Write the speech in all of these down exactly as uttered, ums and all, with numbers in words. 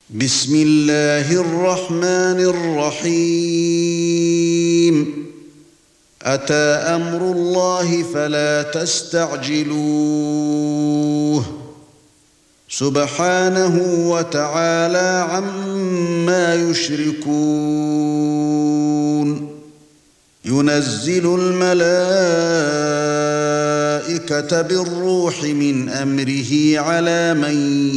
بسم الله الرحمن الرحيم أتى أمر الله فلا تستعجلوه سبحانه وتعالى عما يشركون ينزل الملائكة بالروح من أمره على من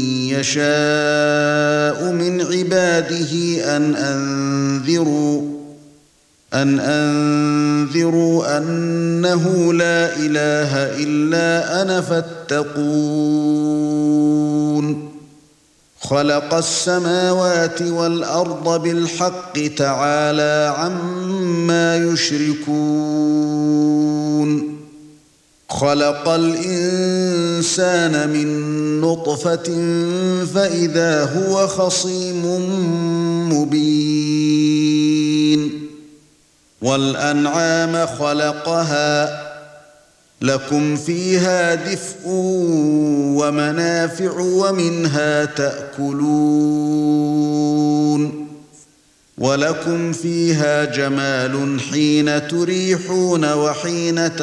يشاء من عباده أن أنذروا أن أنذروا أنه لا إله إلا أنا فاتقون خلق السماوات والأرض بالحق تعالى عما يشركون خلق الإنسان من نطفة فإذا هو خصيم مبين والأنعام خلقها لكم فيها دفء ومنافع ومنها تأكلون ولكم فيها جمال حين تريحون وحين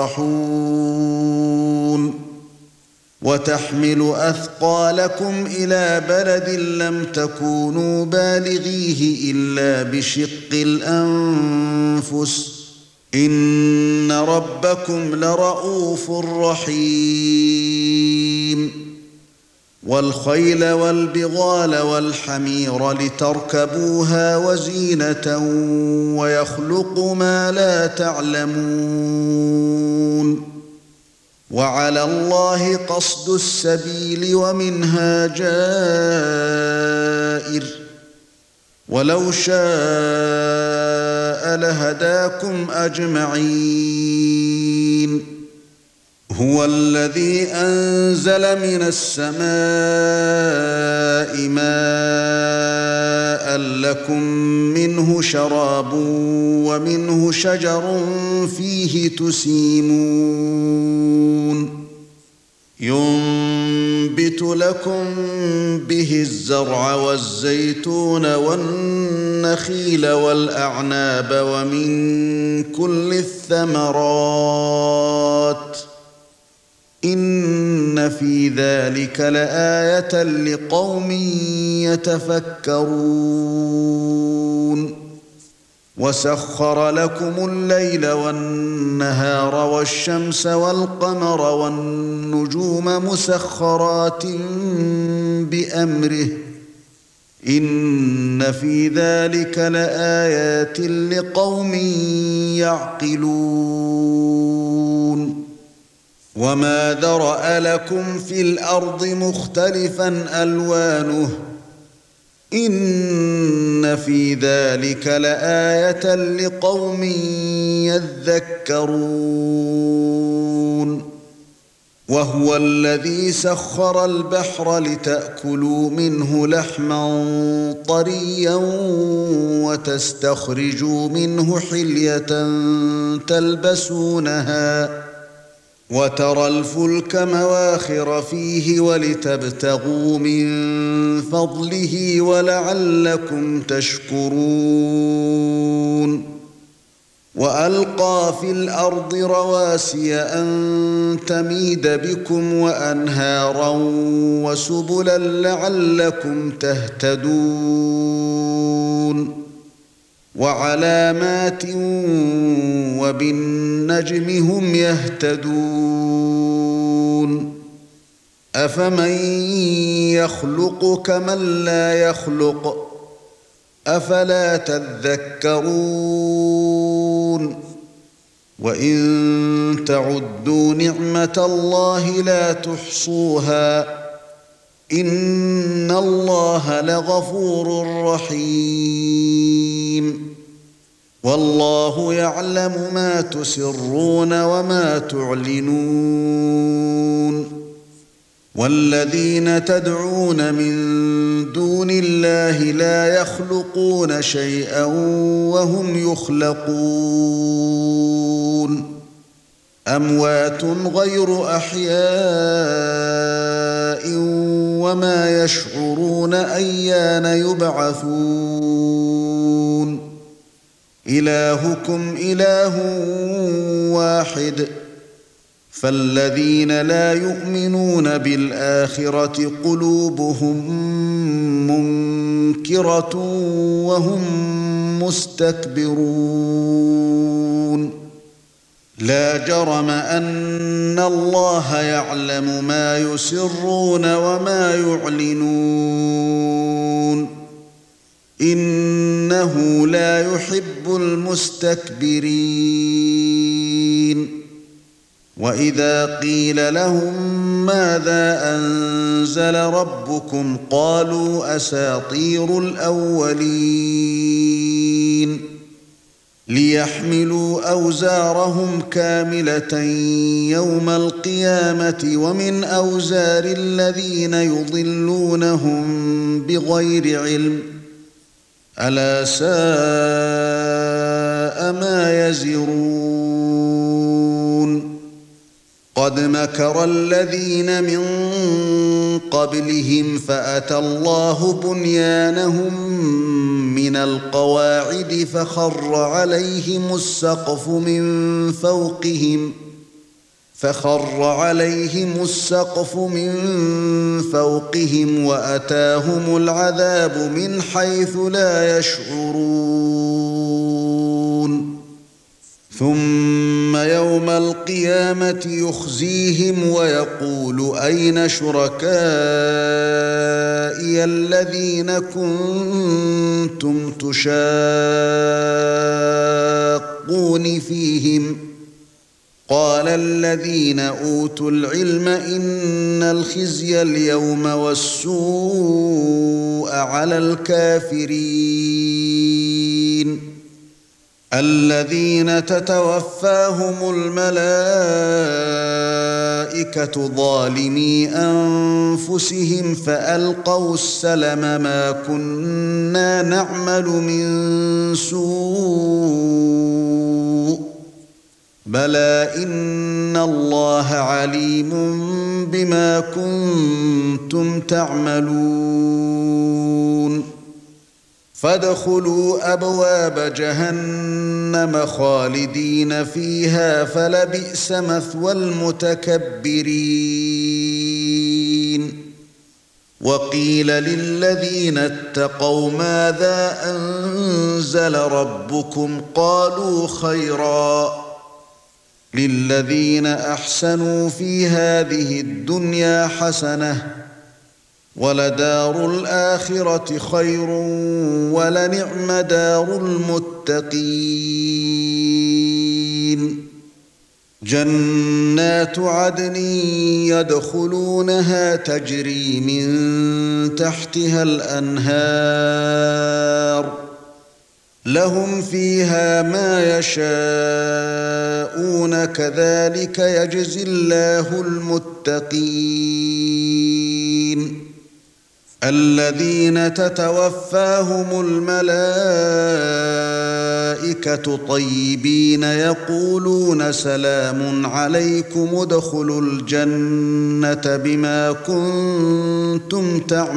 تسرحون وتحمل أثقالكم إلى بلد لم تكونوا بالغيه إلا بشق الأنفس إن ربكم لرؤوف رحيم والخيل والبغال والحمير لتركبوها وزينة ويخلق ما لا تعلمون وعلى الله قصد السبيل ومنها جائر ولو شاء لهداكم أجمعين هو الذي أنزل من السماء ماء لكم منه شراب ومنه شجر فيه تسيمون ينبت لكم به الزرع والزيتون والنخيل والأعناب ومن كل الثمرات إن في ذلك لآية لقوم يتفكرون وسخر لكم الليل والنهار والشمس والقمر والنجوم مسخرات بأمره إن في ذلك لآيات لقوم يعقلون وما ذرأ لكم في الأرض مختلفا ألوانه إن في ذلك لآية لقوم يذكرون وهو الذي سخر البحر لتأكلوا منه لحما طريا وتستخرجوا منه حلية تلبسونها وترى الفلك مواخر فيه ولتبتغوا من فضله ولعلكم تشكرون وألقى في الأرض رواسي أن تميد بكم وأنهارا وسبلا لعلكم تهتدون وعلامات وبالنجم هم يهتدون أفمن يخلق كمن لا يخلق أفلا تذكرون وإن تعدوا نعمة الله لا تحصوها إن الله لغفور رحيم والله يعلم ما تسرون وما تعلنون والذين تدعون من دون الله لا يخلقون شيئا وهم يخلقون أموات غير أحياء وما يشعرون أيان يبعثون إلهكم إله واحد فالذين لا يؤمنون بالآخرة قلوبهم منكرة وهم مستكبرون لا جرم أن الله يعلم ما يسرون وما يعلنون إنه لا يحب المستكبرين وإذا قيل لهم ماذا أنزل ربكم قالوا أساطير الأولين ليحملوا أوزارهم كاملة يوم القيامة ومن أوزار الذين يضلونهم بغير علم ألا ساء ما يزرون قد مكر الذين من قبلهم فأتى الله بنيانهم من القواعد فخر عليهم السقف من فوقهم فخر عليهم السقف من فوقهم وأتاهم العذاب من حيث لا يشعرون ثم يوم القيامة يخزيهم ويقول أين شركائي الذين كنتم تشاقون فيهم قال الذين أوتوا العلم إن الخزي اليوم والسوء على الكافرين الذين تتوفاهم الملائكة ظالمي أنفسهم فألقوا السلم ما كنا نعمل من سوء بلى إن الله عليم بما كنتم تعملون فادخلوا أبواب جهنم خالدين فيها فلبئس مثوى المتكبرين وقيل للذين اتقوا ماذا أنزل ربكم قالوا خيرا للذين أحسنوا في هذه الدنيا حسنة ولدار الآخرة خير ولنعم دار المتقين جنات عدن يدخلونها تجري من تحتها الأنهار لهم فيها ما يشاءون كذلك يجزي الله المتقين الذين تتوفاهم الملائكة طيبين يقولون سلام عليكم ادخلوا الجنة بما كنتم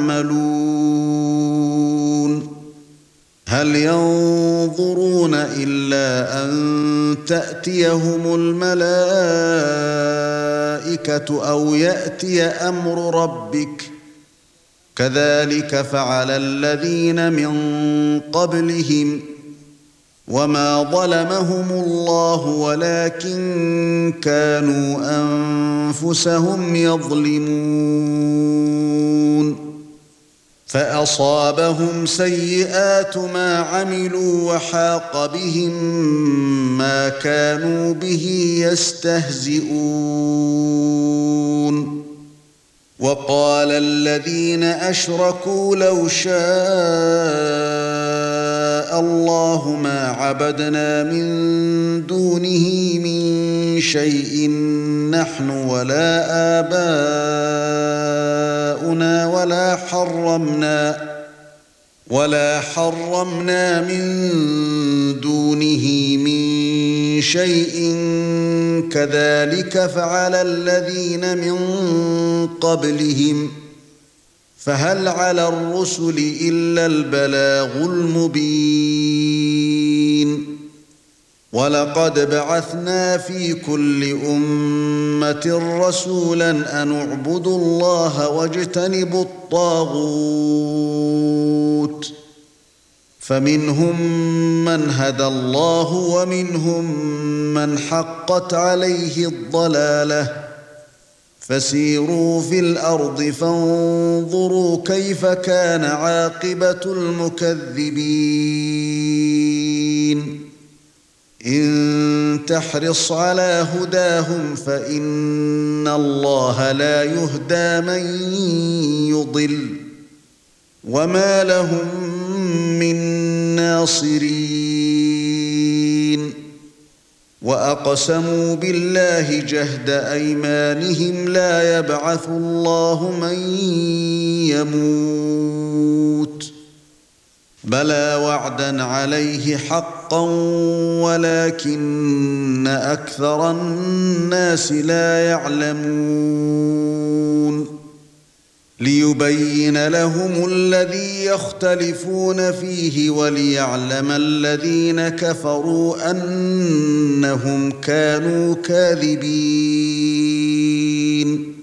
تعملون هل ينظرون إلا أن تأتيهم الملائكة أو يأتي أمر ربك كذلك فعل الذين من قبلهم وما ظلمهم الله ولكن كانوا أنفسهم يظلمون فأصابهم سيئات ما عملوا وحاق بهم ما كانوا به يستهزئون وقال الذين أشركوا لو شاء الله ما عبدنا من دونه من شيء نحن ولا آباؤنا ولا حرمنا ولا حرمنا من دونه من شيء كذلك فعل الذين من قبلهم فهل على الرسل إلا البلاغ المبين ولقد بعثنا في كل أمة رسولا أن اعبدوا الله واجتنبوا الطاغوت فمنهم من هدى الله ومنهم من حقت عليه الضلالة فسيروا في الأرض فانظروا كيف كان عاقبة المكذبين إن تحرص على هداهم فإن الله لا يهدى من يضل وما لهم من ناصرين وأقسموا بالله جهد أيمانهم لا يبعث الله من يموت بلى وعدا عليه حقا ولكن أكثر الناس لا يعلمون ليبين لهم الذي يختلفون فيه وليعلم الذين كفروا أنهم كانوا كاذبين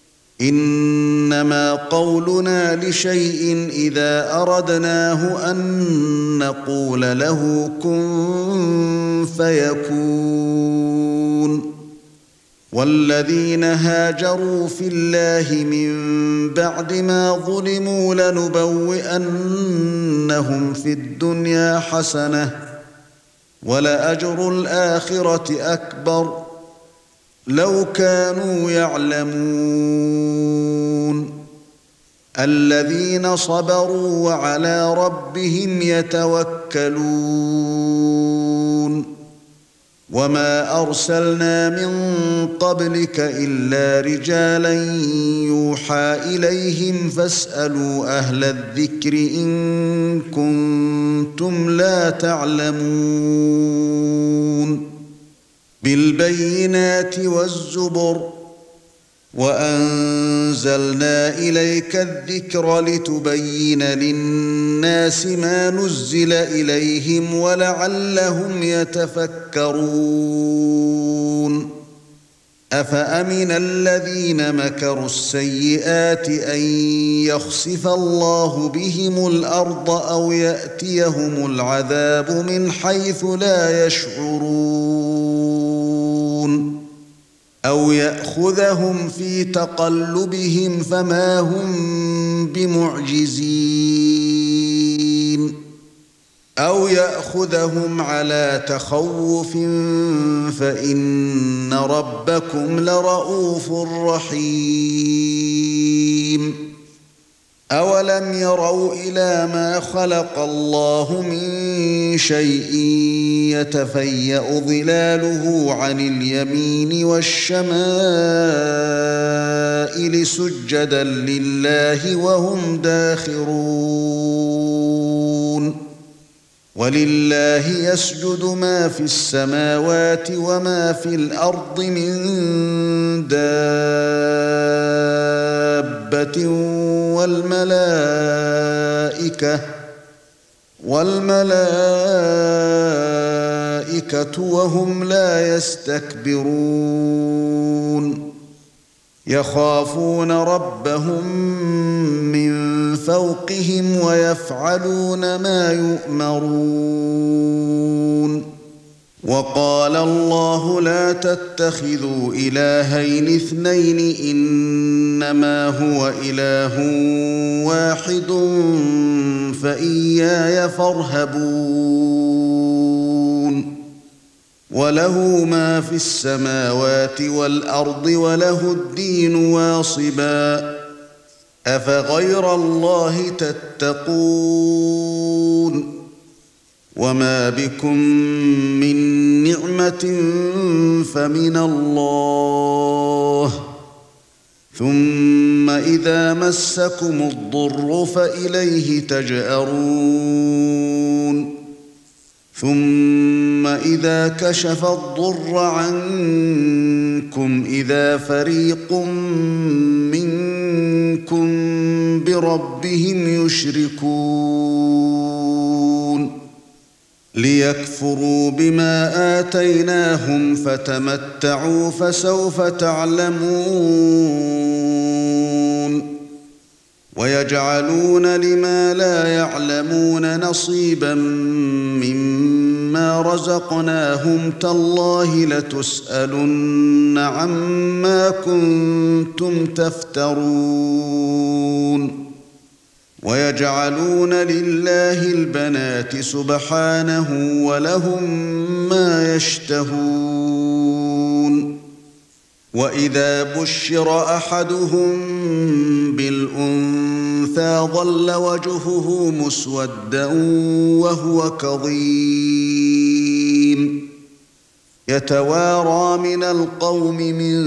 إنما قولنا لشيء إذا أردناه أن نقول له كن فيكون والذين هاجروا في الله من بعد ما ظلموا لنبوئنهم في الدنيا حسنة ولأجر الآخرة أكبر لو كانوا يعلمون الذين صبروا وعلى ربهم يتوكلون وما أرسلنا من قبلك إلا رجالا يوحى إليهم فاسألوا أهل الذكر إن كنتم لا تعلمون بالبينات والزبر وأنزلنا إليك الذكر لتبين للناس ما نزل إليهم ولعلهم يتفكرون أفأمن الذين مكروا السيئات أن يخسف الله بهم الأرض أو يأتيهم العذاب من حيث لا يشعرون أو يأخذهم في تقلبهم فما هم بمعجزين أو يأخذهم على تخوف فإن ربكم لرؤوف رحيم أولم يروا إلى ما خلق الله من شيء يتفيأ ظلاله عن اليمين والشمائل سجدا لله وهم داخرون ولله يسجد ما في السماوات وما في الأرض من دابة والملائكة والملائكة وهم لا يستكبرون يخافون ربهم من فوقهم ويفعلون ما يؤمرون وقال الله لا تتخذوا إلهين اثنين إنما هو إله واحد فإياي فارهبون وله ما في السماوات والأرض وله الدين واصبا أفغير الله تتقون وما بكم من نعمة فمن الله ثم إذا إذا مسكم الضر فإليه تجأرون ثم إذا كشف الضر عنكم إذا فريق منكم بربهم يشركون ليكفروا بما آتيناهم فتمتعوا فسوف تعلمون ويجعلون لما لا يعلمون نصيبا مما رزقناهم تالله لتسألن عما كنتم تفترون ويجعلون لله البنات سبحانه ولهم ما يشتهون وإذا بشر أحدهم بالأنثى ظل وجهه مسودا وهو كظيم يتوارى من القوم من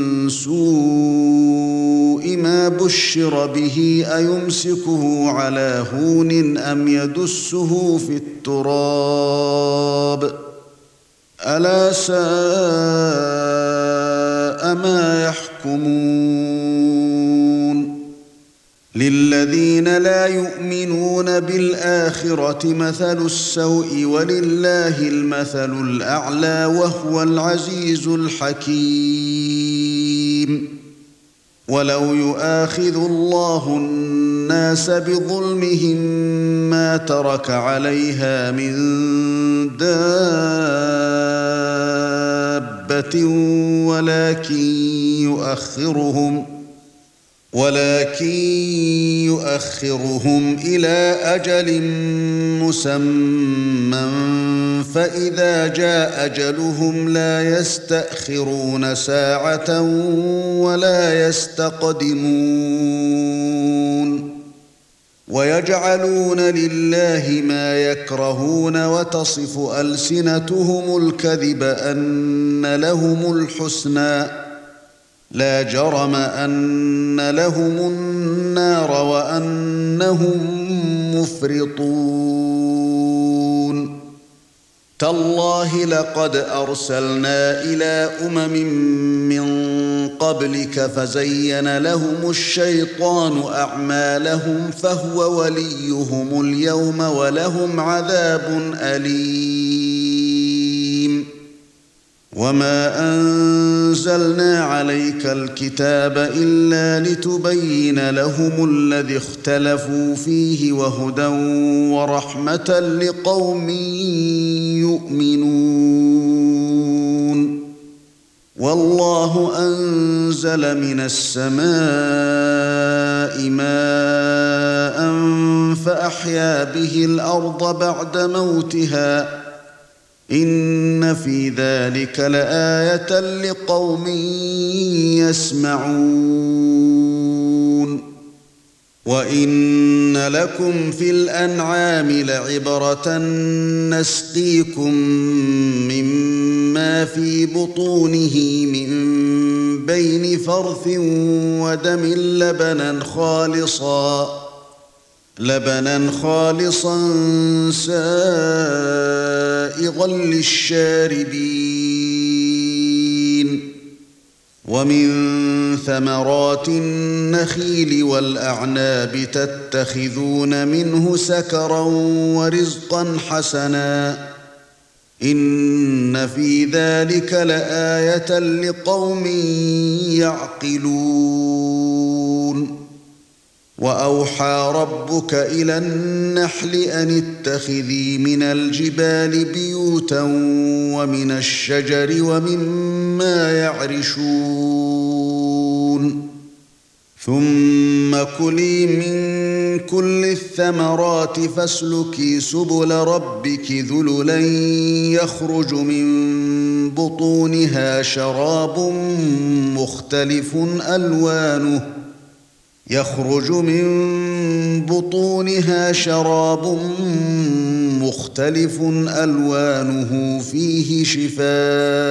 سوء ما بشر به أيمسكه على هون أم يدسه في التراب ألا ساء ما يحكمون للذين لا يؤمنون بالآخرة مثل السوء ولله المثل الأعلى وهو العزيز الحكيم ولو يؤاخذ الله الناس بظلمهم ما ترك عليها من دابة ولكن يؤخرهم ولكن يؤخرهم إلى أجل مسمى فإذا جاء أجلهم لا يستأخرون ساعة ولا يستقدمون ويجعلون لله ما يكرهون وتصف ألسنتهم الكذب أن لهم الحسنى لا جرم أن لهم النار وأنهم مفرطون تالله لقد أرسلنا إلى أمم من قبلك فزين لهم الشيطان أعمالهم فهو وليهم اليوم ولهم عذاب أليم وما أنزلنا عليك الكتاب إلا لتبين لهم الذي اختلفوا فيه وهدى ورحمة لقوم يؤمنون والله أنزل من السماء ماء فأحيا به الأرض بعد موتها إن في ذلك لآية لقوم يسمعون وإن لكم في الأنعام لعبرة نسقيكم مما في بطونه من بين فرث ودم لبنا خالصا لبنا خالصا سائغا للشاربين ومن ثمرات النخيل والأعناب تتخذون منه سكرا ورزقا حسنا إن في ذلك لآية لقوم يعقلون وأوحى ربك إلى النحل أن اتخذي من الجبال بيوتا ومن الشجر ومما يعرشون ثم كلي من كل الثمرات فاسلكي سبل ربك ذللا يخرج من بطونها شراب مختلف ألوانه يخرج من بطونها شراب مختلف ألوانه فيه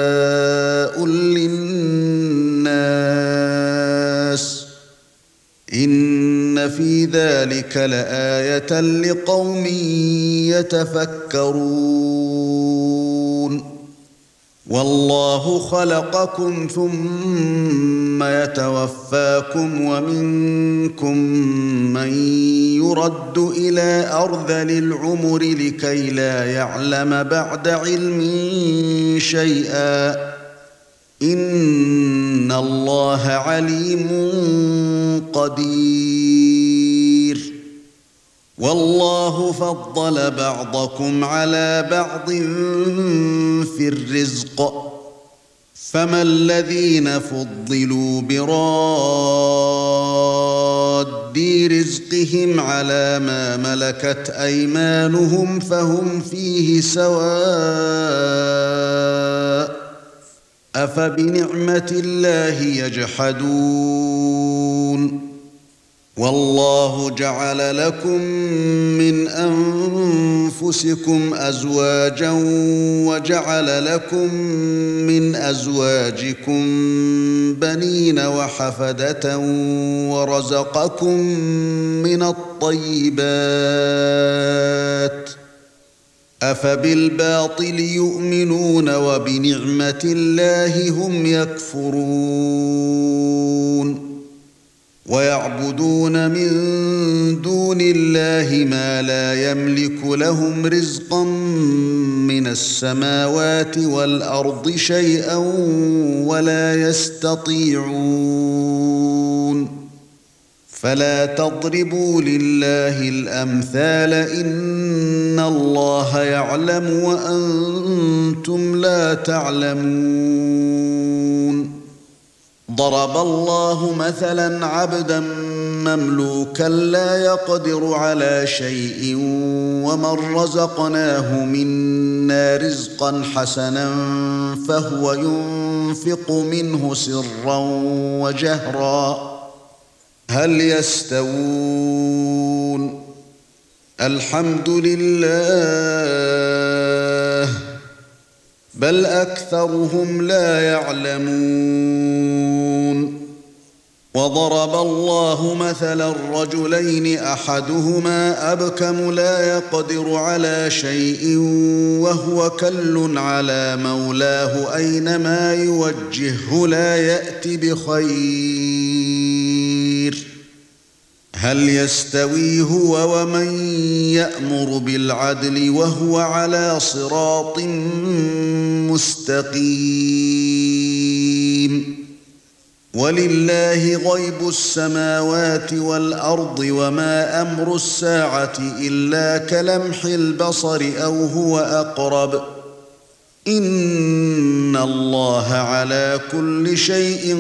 شفاء للناس إن في ذلك لآية لقوم يتفكرون والله خلقكم ثم يتوفاكم ومنكم من يرد إلى أرذل العمر لكي لا يعلم بعد علم شيئا إن الله عليم قدير والله فضل بعضكم على بعض في الرزق فما الذين فضلوا براد رزقهم على ما ملكت أيمانهم فهم فيه سواء أفبنعمة الله يجحدون والله جعل لكم من أنفسكم أزواجا وجعل لكم من أزواجكم بنين وحفدة ورزقكم من الطيبات أفبالباطل يؤمنون وبنعمة الله هم يكفرون ويعبدون من دون الله ما لا يملك لهم رزقا من السماوات والأرض شيئا ولا يستطيعون فلا تضربوا لله الأمثال إن الله يعلم وأنتم لا تعلمون ضرب الله مثلا عبدا مملوكا لا يقدر على شيء ومن رزقناه منا رزقا حسنا فهو ينفق منه سرا وجهرا هل يستوون الحمد لله بل أكثرهم لا يعلمون وضرب الله مثلا رجلين أحدهما أبكم لا يقدر على شيء وهو كل على مولاه أينما يوجهه لا يأتي بخير هل يستوي هو ومن يأمر بالعدل وهو على صراط مستقيم ولله غيب السماوات والأرض وما أمر الساعة إلا كلمح البصر أو هو أقرب إن الله على كل شيء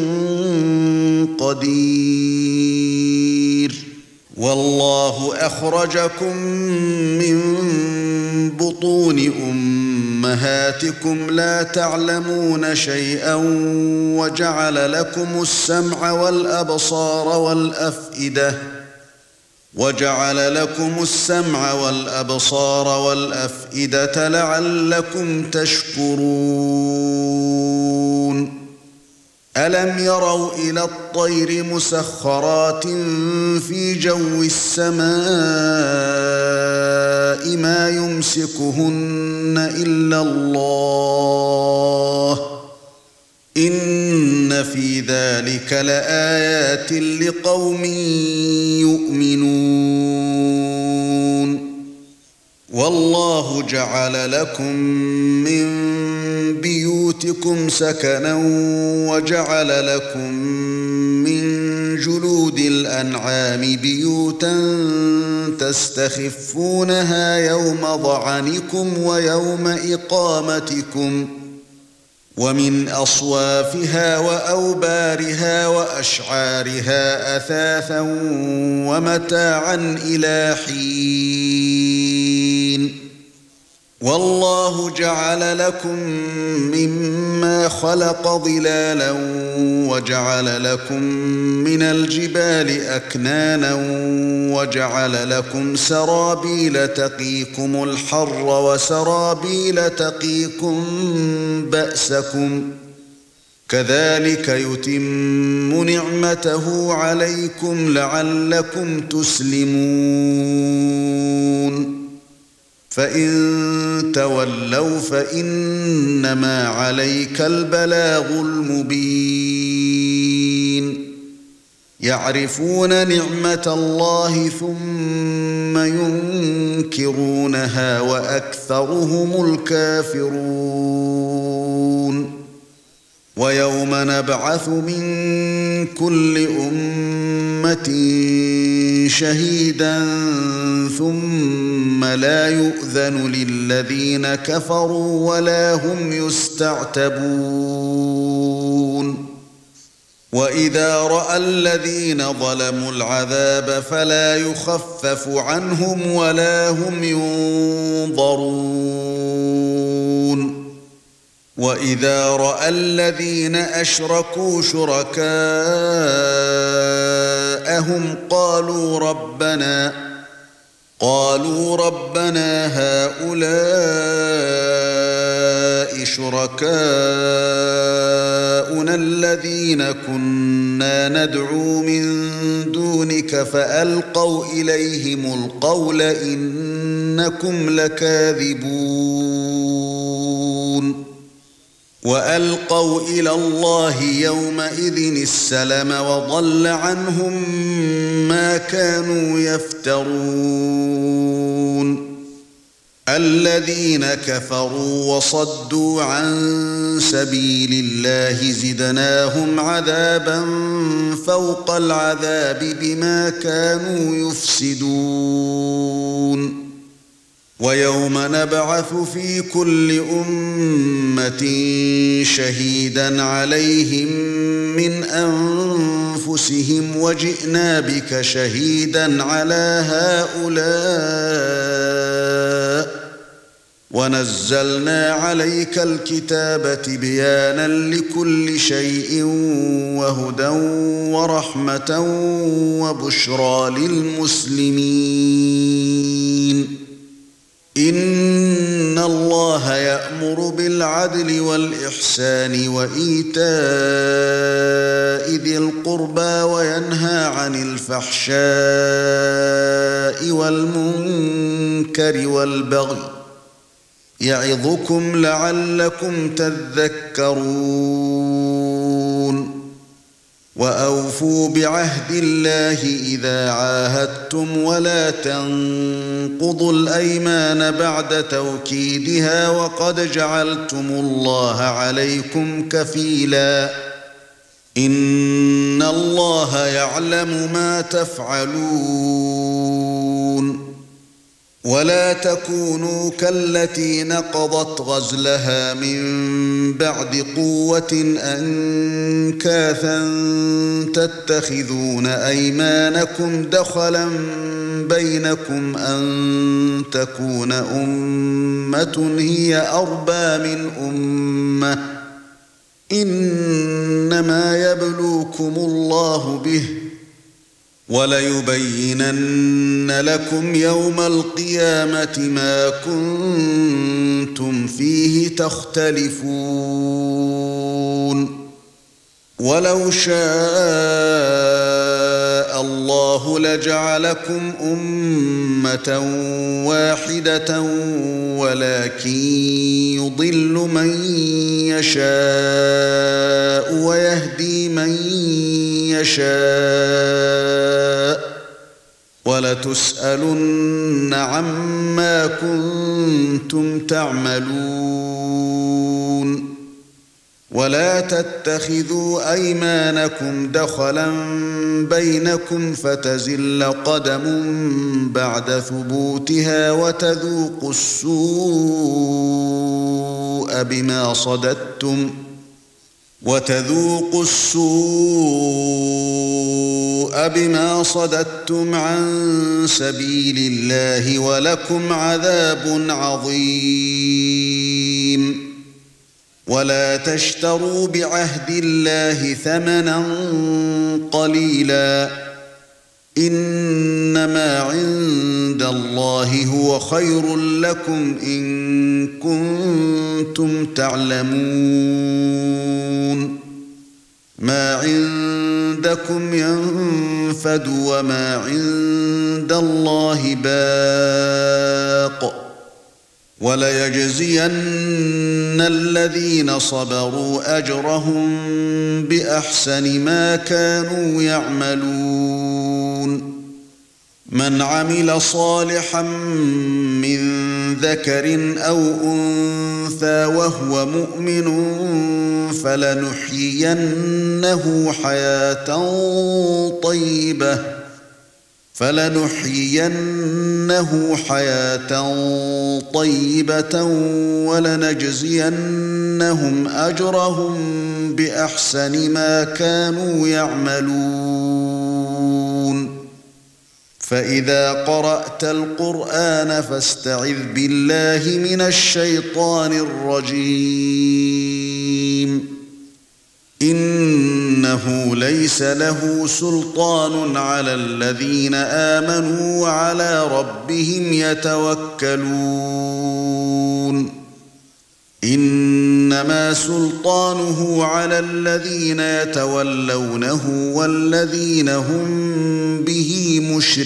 قدير والله أخرجكم من بطون أمهاتكم لا تعلمون شيئا وجعل لكم السمع والأبصار والأفئدة وجعل لكم السمع والأبصار والأفئدة لعلكم تشكرون ألم يروا إلى الطير مسخرات في جو السماء ما يمسكهن إلا الله إن في ذلك لآيات لقوم يؤمنون والله جعل لكم من بيوتكم سكنا وجعل لكم من جلود الأنعام بيوتا تستخفونها يوم ضعنكم ويوم إقامتكم ومن أصوافها وأوبارها وأشعارها أثاثا ومتاعا إلى حين والله جعل لكم مما خلق ظلالا وجعل لكم من الجبال أكنانا وجعل لكم سرابيل تقيكم الحر وسرابيل تقيكم بأسكم كذلك يتم نعمته عليكم لعلكم تسلمون فإن تولوا فإنما عليك البلاغ المبين يعرفون نعمة الله ثم ينكرونها وأكثرهم الكافرون ويوم نبعث من كل أمة شهيدا ثم لا يؤذن للذين كفروا ولا هم يستعتبون وإذا رأى الذين ظلموا العذاب فلا يخفف عنهم ولا هم ينظرون وإذا رأى الذين أشركوا شركاءهم قالوا ربنا قالوا ربنا هؤلاء شركاؤنا الذين كنا ندعو من دونك فألقوا إليهم القول إنكم لكاذبون وألقوا إلى الله يومئذ السلم وضل عنهم ما كانوا يفترون الذين كفروا وصدوا عن سبيل الله زدناهم عذابا فوق العذاب بما كانوا يفسدون ويوم نبعث في كل أمة شهيدا عليهم من أنفسهم وجئنا بك شهيدا على هؤلاء ونزلنا عليك الكتاب تبيانا لكل شيء وهدى ورحمة وبشرى للمسلمين إن الله يأمر بالعدل والإحسان وإيتاء ذي القربى وينهى عن الفحشاء والمنكر والبغي يعظكم لعلكم تذكرون وأوفوا بعهد الله إذا عاهدتم ولا تنقضوا الأيمان بعد توكيدها وقد جعلتم الله عليكم كفيلا إن الله يعلم ما تفعلون ولا تكونوا كالتي نقضت غزلها من بعد قوة أنكاثا تتخذون أيمانكم دخلا بينكم أن تكون أمة هي أربى من أمة إنما يبلوكم الله به وَلَيُبَيِّنَنَّ لَكُمْ يَوْمَ الْقِيَامَةِ مَا كُنتُمْ فِيهِ تَخْتَلِفُونَ وَلَوْ شَاءَ اللَّهُ لَجَعَلَكُمْ أُمَّةً وَاحِدَةً وَلَكِن يُضِلُّ مَن يَشَاءُ وَيَهْدِي مَن يَشَاءُ وَلَتُسْأَلُنَّ عَمَّا كُنتُمْ تَعْمَلُونَ ولا تتخذوا أيمانكم دخلا بينكم فتزل قدم بعد ثبوتها وتذوقوا السوء بما صددتم وتذوقوا السوء بما صددتم عن سبيل الله ولكم عذاب عظيم ولا تشتروا بعهد الله ثمنا قليلا إنما عند الله هو خير لكم إن كنتم تعلمون ما عندكم ينفد وما عند الله باق وليجزين الذين صبروا أجرهم بأحسن ما كانوا يعملون من عمل صالحا من ذكر أو أنثى وهو مؤمن فلنحيينه حياة طيبة فلنحيينه حياة طيبة ولنجزينهم أجرهم بأحسن ما كانوا يعملون فإذا قرأت القرآن فاستعذ بالله من الشيطان الرجيم إنه ليس له سلطان على الذين آمنوا وعلى ربهم يتوكلون إنما سلطانه على الذين يتولونه والذين هم به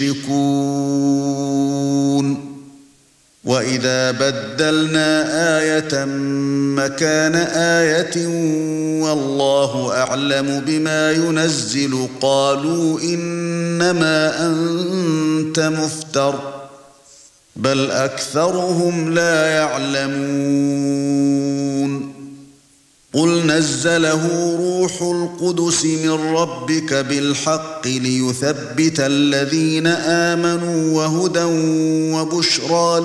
مشركون وَإِذَا بَدَّلْنَا آيَةً مَكَانَ آيَةٍ وَاللَّهُ أَعْلَمُ بِمَا يُنَزِّلُ قَالُوا إِنَّمَا أَنْتَ مُفْتَرٍ بَلْ أَكْثَرُهُمْ لَا يَعْلَمُونَ قُلْ نَزَّلَهُ رُوحُ الْقُدُسِ مِنْ رَبِّكَ بِالْحَقِّ لِيُثَبِّتَ الَّذِينَ آمَنُوا وَهُدًى وَبُشْرَى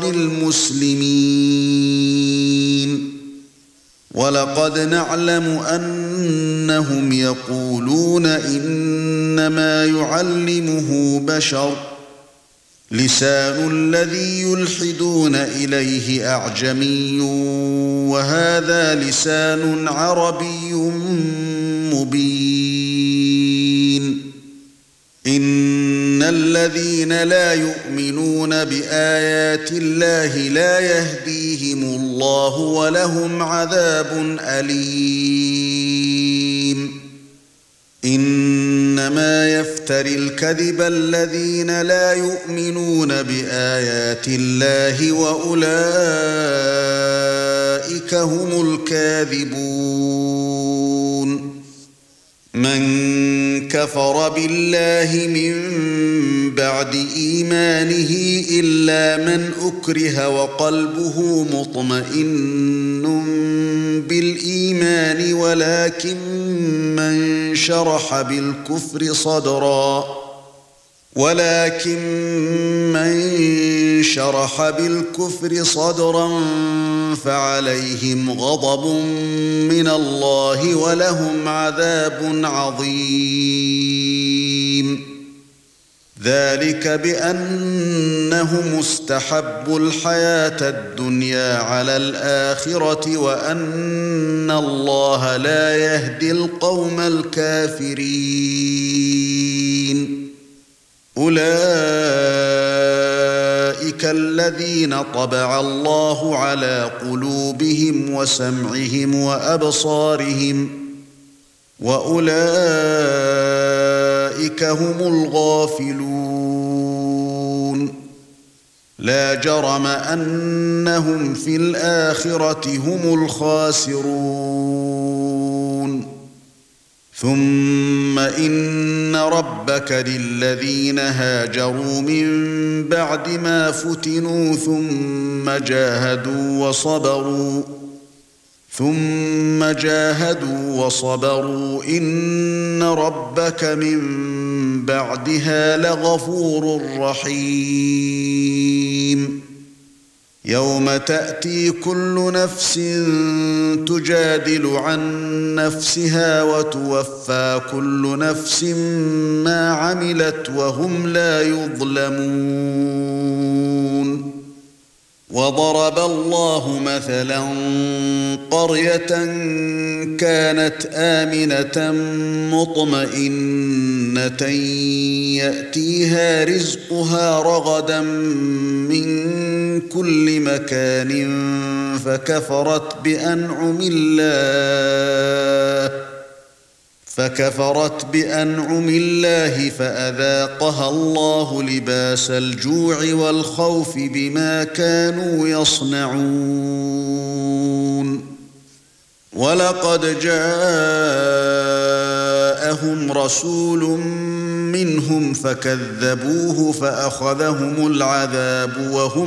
لِلْمُسْلِمِينَ وَلَقَدْ نَعْلَمُ أَنَّهُمْ يَقُولُونَ إِنَّمَا يُعَلِّمُهُ بَشَرٌ لسان الذي يلحدون إليه أعجمي وهذا لسان عربي مبين إن الذين لا يؤمنون بآيات الله لا يهديهم الله ولهم عذاب أليم إنما يفتري الكذب الذين لا يؤمنون بآيات الله وأولئك هم الكاذبون من كفر بالله من بعد إيمانه إلا من أكره وقلبه مطمئن بالإيمان ولكن من شرح بالكفر صدرا ولكن من شرح بالكفر صدرا فعليهم غضب من الله ولهم عذاب عظيم ذلك بأنهم استحبوا الحياة الدنيا على الآخرة وأن الله لا يهدي القوم الكافرين أولئك الذين طبع الله على قلوبهم وسمعهم وأبصارهم وأولئك هم الغافلون لا جرم أنهم في الآخرة هم الخاسرون ثم إن ربك للذين هاجروا من بعد ما فتنوا ثم جاهدوا وصبروا ثم جاهدوا وصبروا إن ربك من بعدها لغفور رحيم يوم تأتي كل نفس تجادل عن نفسها وتوفى كل نفس ما عملت وهم لا يظلمون وضرب الله مثلا قرية كانت آمنة مطمئنة يأتيها رزقها رغدا من كل مكان فكفرت بأنعم الله فكفرت بأنعم الله فأذاقها الله لباس الجوع والخوف بما كانوا يصنعون ولقد جاءهم رسول منهم فكذبوه فأخذهم العذاب وهم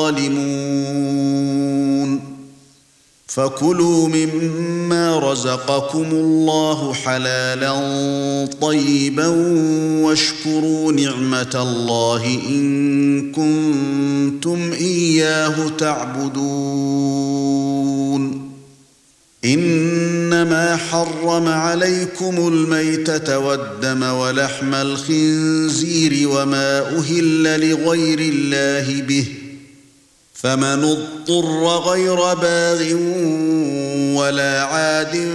ظالمون فكلوا مما رزقكم الله حلالا طيبا واشكروا نعمة الله إن كنتم إياه تعبدون إنما حرم عليكم الميتة والدم ولحم الخنزير وما أهل لغير الله به فمن اضطر غير باغ ولا عاد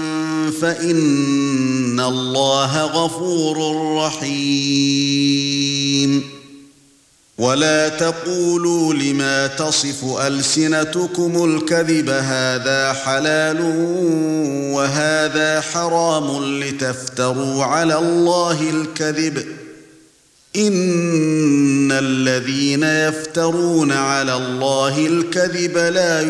فإن الله غفور رحيم ولا تقولوا لما تصف ألسنتكم الكذب هذا حلال وهذا حرام لتفتروا على الله الكذب إن الذين يفترون على الله الكذب لا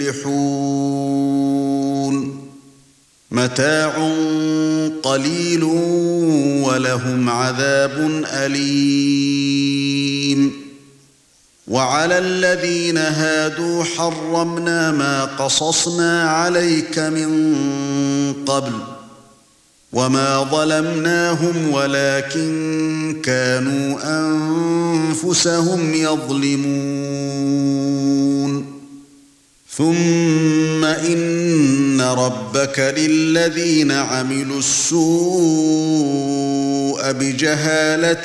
يفلحون متاع قليل ولهم عذاب أليم وعلى الذين هادوا حرمنا ما قصصنا عليك من قبل وما ظلمناهم ولكن كانوا أنفسهم يظلمون ثم إن ربك للذين عملوا السوء بجهالة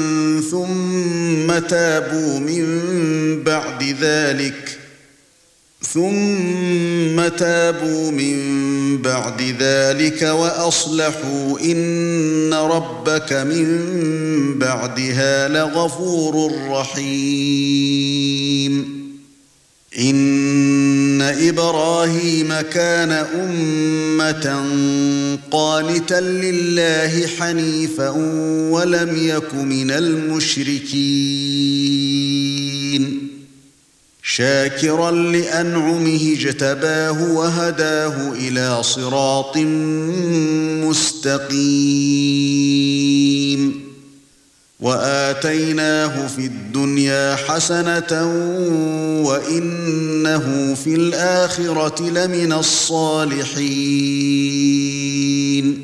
ثم تابوا من بعد ذلك ثم تابوا من بعد ذلك وأصلحوا إن ربك من بعدها لغفور رحيم إن إبراهيم كان أمة قانتا لله حنيفا ولم يك من المشركين شاكرا لأنعمه اجتباه وهداه إلى صراط مستقيم وآتيناه في الدنيا حسنة وإنه في الآخرة لمن الصالحين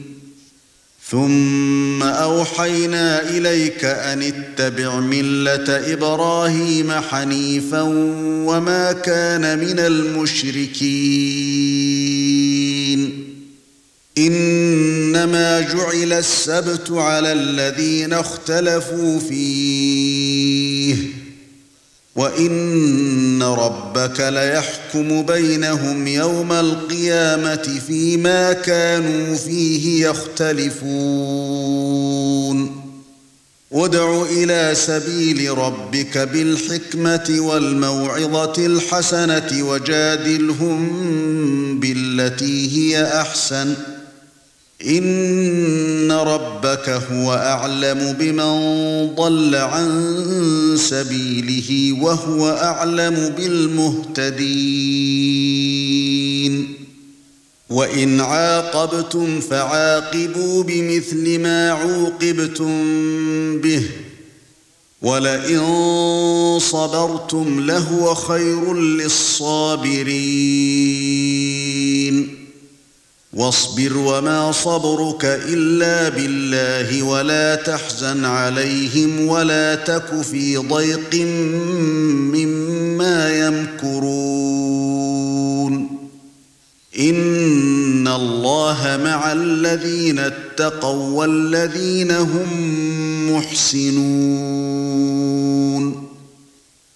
ثم أوحينا إليك أن اتبع ملة إبراهيم حنيفا وما كان من المشركين إنما جعل السبت على الذين اختلفوا فيه وإن ربك ليحكم بينهم يوم القيامة فيما كانوا فيه يختلفون ادع إلى سبيل ربك بالحكمة والموعظة الحسنة وجادلهم بالتي هي أحسن إن ربك هو أعلم بمن ضل عن سبيله وهو أعلم بالمهتدين وإن عاقبتم فعاقبوا بمثل ما عوقبتم به ولئن صبرتم لهو خير للصابرين واصبر وما صبرك إلا بالله ولا تحزن عليهم ولا تك في ضيق مما يمكرون إن الله مع الذين اتقوا والذين هم محسنون